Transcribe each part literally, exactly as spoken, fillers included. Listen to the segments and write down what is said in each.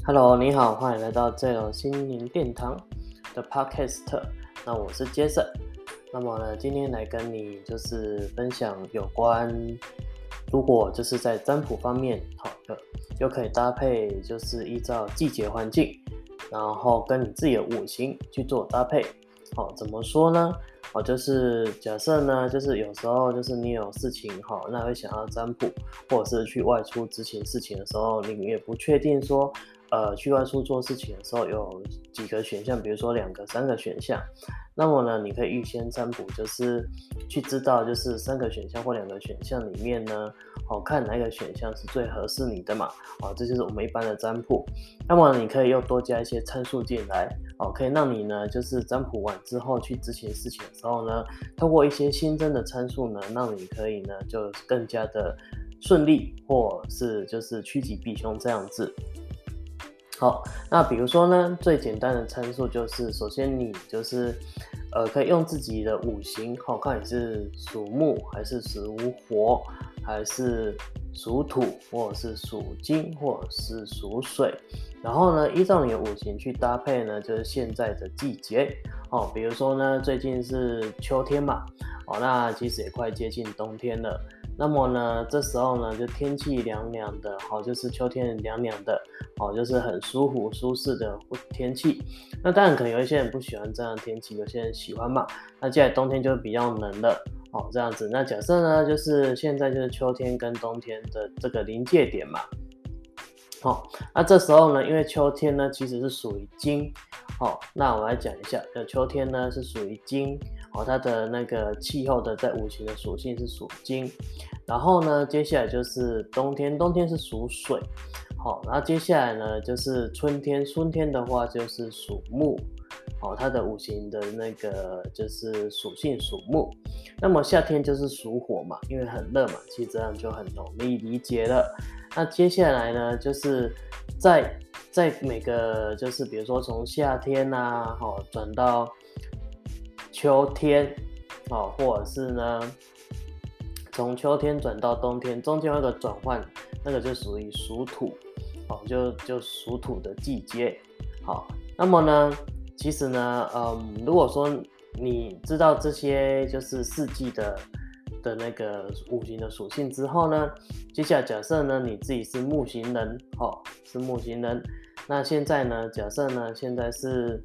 Hello，你好，欢迎来到这种心灵殿堂的 Podcast。那我是 Jason。那么呢，今天来跟你就是分享有关，如果就是在占卜方面，好的，就可以搭配，就是依照季节环境，然后跟你自己的五行去做搭配。好，怎么说呢？好，就是假设呢，就是有时候就是你有事情哈，那会想要占卜，或者是去外出执行事情的时候，你也不确定说。呃，去外出做事情的时候有几个选项，比如说两个、三个选项，那么呢，你可以预先占卜，就是去知道，就是三个选项或两个选项里面呢，哦，看哪一个选项是最合适你的嘛，哦，这就是我们一般的占卜。那么你可以又多加一些参数进来，哦，可以让你呢，就是占卜完之后去执行事情的时候呢，透过一些新增的参数呢，让你可以呢，就更加的顺利，或是就是趋吉避凶这样子。好，那比如说呢，最简单的参数就是，首先你就是，呃，可以用自己的五行，好、哦、看你是属木还是属火，还是属土，或者是属金，或者是属水，然后呢，依照你的五行去搭配呢，就是现在的季节，哦，比如说呢，最近是秋天嘛，哦，那其实也快接近冬天了。那么呢，这时候呢，就天气凉凉的，好，就是秋天凉凉的，好，就是很舒服、舒适的天气。那当然，可能有一些人不喜欢这样的天气，有些人喜欢嘛。那接下来冬天就比较冷了，哦，这样子。那假设呢，就是现在就是秋天跟冬天的这个临界点嘛。好、哦，那这时候呢，因为秋天呢其实是属于金，好、哦，那我来讲一下，秋天呢是属于金，哦，它的那个气候的在五行的属性是属金，然后呢，接下来就是冬天，冬天是属水，好、哦，然后接下来呢就是春天，春天的话就是属木，哦，它的五行的那个就是属性属木，那么夏天就是属火嘛，因为很热嘛，其实这样就很容易理解了。那接下来呢，就是在在每个就是比如说从夏天啊，哦，转到秋天，哦，或者是呢从秋天转到冬天，中间有一个转换，那个就属于属土，哦，就就属土的季节。好，那么呢，其实呢，嗯，如果说你知道这些就是四季的。的那个五行的属性之后呢，接下来假设呢你自己是木型人，哦，是木型人，那现在呢，假设呢现在是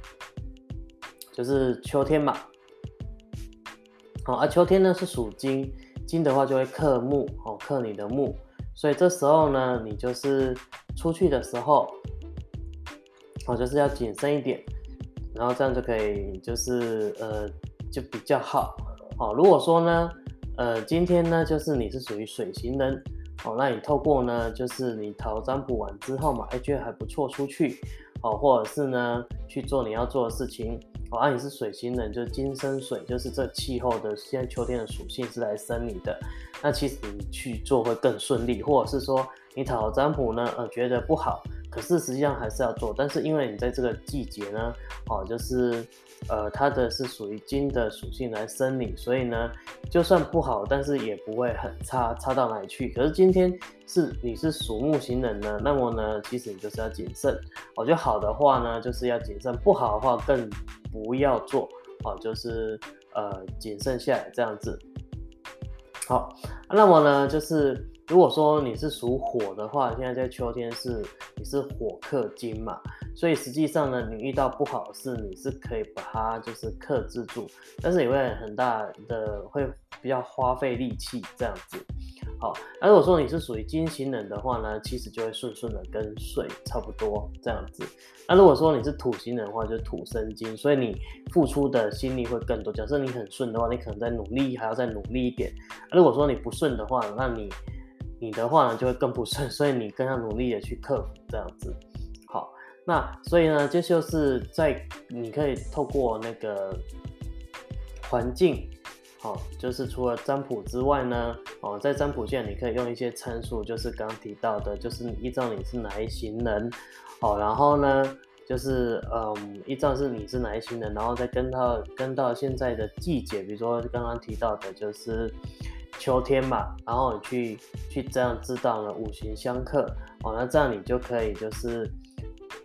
就是秋天嘛，好、哦，啊秋天呢是属金，金的话就会克木，哦，克你的木，所以这时候呢，你就是出去的时候，哦，就是要谨慎一点，然后这样就可以就是呃就比较好。好、哦，如果说呢，呃，今天呢，就是你是属于水型人，好、哦，那你透过呢，就是你桃占卜完之后嘛，哎，觉得还不错，出去，哦，或者是呢，去做你要做的事情，哦，啊，你是水型人，就是金生水，就是这气候的现在秋天的属性是来生你的，那其实你去做会更顺利，或者是说你桃占卜呢，呃，觉得不好。可是实际上还是要做，但是因为你在这个季节呢，哦，就是呃，它的是属于金的属性来生你，所以呢，就算不好，但是也不会很差，差到哪里去。可是今天是你是属木型人呢，那么呢，其实你就是要谨慎。哦，就好的话呢，就是要谨慎；不好的话更不要做。哦，就是呃谨慎下来这样子。好，那么呢，就是如果说你是属火的话，现在在秋天是你是火克金嘛，所以实际上呢，你遇到不好的事，你是可以把它就是克制住，但是也会很大的会比较花费力气这样子。好，那如果说你是属于金型人的话呢，其实就会顺顺的跟水差不多这样子。那如果说你是土型人的话，就是土生金，所以你付出的心力会更多。假设你很顺的话，你可能再努力还要再努力一点。那如果说你不顺的话，那你你的话呢就会更不顺，所以你更要努力的去克服这样子。好，那所以呢，这就是在你可以透过那个环境。好、哦，就是除了占卜之外呢，哦，在占卜线你可以用一些参数，就是刚刚提到的，就是你依照你是哪一型人，哦，然后呢，就是嗯，依照是你是哪一型人，然后再跟到跟到现在的季节，比如说刚刚提到的，就是秋天嘛，然后你去去这样知道呢五行相克，哦，那这样你就可以就是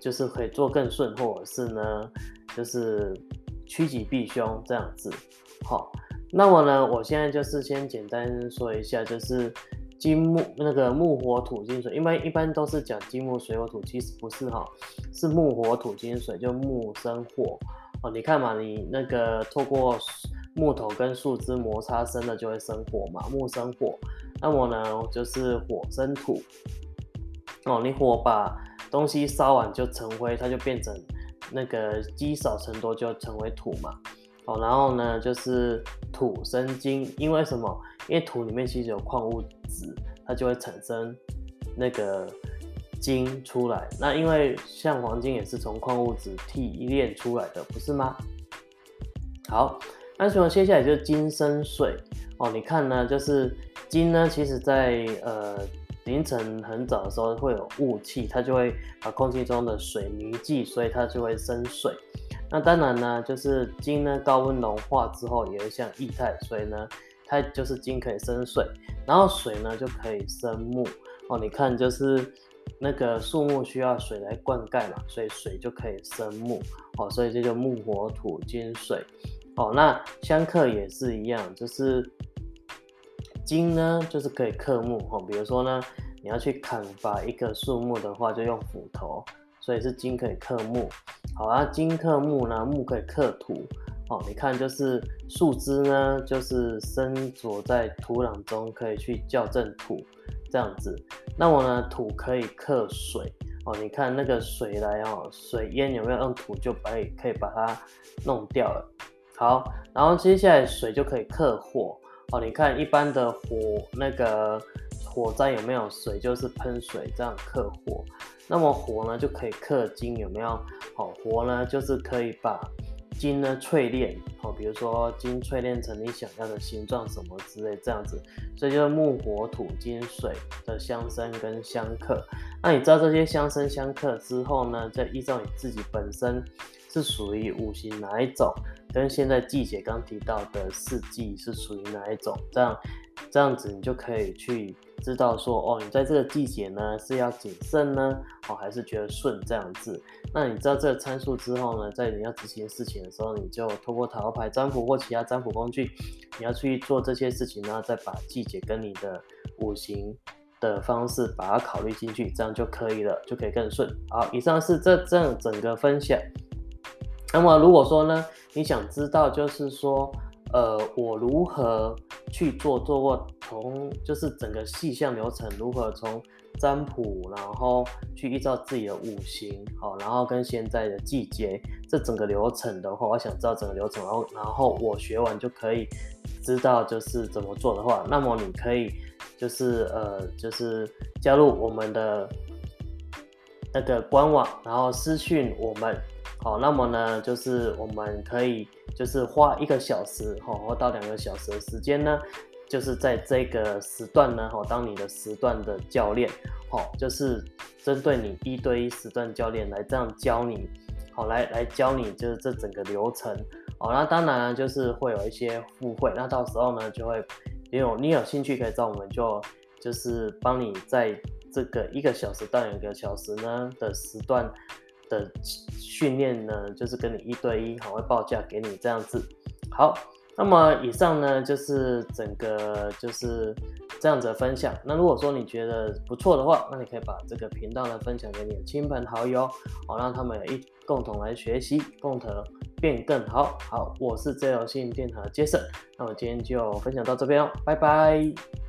就是可以做更顺，或者是呢就是趋吉避凶这样子。好，那么呢我现在就是先简单说一下，就是金木那个木火土金水，一般一般都是讲金木水火土，其实不是哈，是木火土金水，就木生火哦。你看嘛，你那个透过木头跟树枝摩擦生的就会生火嘛，木生火。那么呢就是火生土哦，你火把东西烧完就成灰，它就变成那个积少成多，就成为土嘛。哦，然后呢就是土生金，因为什么？因为土里面其实有矿物质，它就会产生那个金出来。那因为像黄金也是从矿物质提炼出来的，不是吗？好，那所以接下来就是金生水哦。你看呢，就是金呢，其实在呃凌晨很早的时候会有雾气，它就会把空气中的水凝聚，所以它就会生水。那当然呢，就是金呢高温融化之后也会像液态，所以呢它就是金可以生水，然后水呢就可以生木哦。你看就是那个树木需要水来灌溉嘛，所以水就可以生木哦，所以这就木火土金水哦。那相克也是一样，就是金呢就是可以克木哦，比如说呢你要去砍伐一个树木的话，就用斧头，所以是金可以克木。好啊，金克木呢，木可以克土哦。你看，就是树枝呢，就是深着在土壤中，可以去校正土这样子。那么呢，土可以克水哦。你看那个水来哦，水淹有没有用土就把可以把它弄掉了。好，然后接下来水就可以克火哦。你看一般的火那个火灾有没有水，就是喷水这样克火。那么火呢就可以克金，有没有？好、哦，火呢就是可以把金呢淬炼，好、哦，比如说金淬炼成你想要的形状什么之类这样子，所以就是木火土金水的相生跟相克。那你知道这些相生相克之后呢，再依照你自己本身是属于五行哪一种，跟现在季节刚提到的四季是属于哪一种，这样这样子你就可以去知道说，哦，你在这个季节呢是要谨慎呢，哦，还是觉得顺这样子。那你知道这个参数之后呢，在你要执行事情的时候，你就透过塔罗牌占卜或其他占卜工具，你要去做这些事情，然后再把季节跟你的五行的方式把它考虑进去，这样就可以了，就可以更顺。好，以上是这这样整个分享。那么如果说呢，你想知道就是说，呃，我如何去做做过从就是整个细项流程，如何从占卜，然后去依照自己的五行，好，然后跟现在的季节这整个流程的话，我想知道整个流程，然后然后我学完就可以知道就是怎么做的话，那么你可以就是呃就是加入我们的那个官网，然后私讯我们。好，那么呢，就是我们可以就是花一个小时，哈，或到两个小时的时间呢，就是在这个时段呢，哈，当你的时段的教练，好，就是针对你一对一时段教练来这样教你，好，来来教你就是这整个流程，好，那当然呢，就是会有一些付费，那到时候呢，就会也有你有兴趣可以找我们就就是帮你在这个一个小时到两个小时呢的时段的训练呢，就是跟你一对一，好，会报价给你这样子。好，那么以上呢就是整个就是这样子的分享。那如果说你觉得不错的话，那你可以把这个频道呢分享给你的亲朋好友，好，让他们一共同来学习，共同变更好。好，我是自由信电台的 Jason，那我今天就分享到这边哦，拜拜。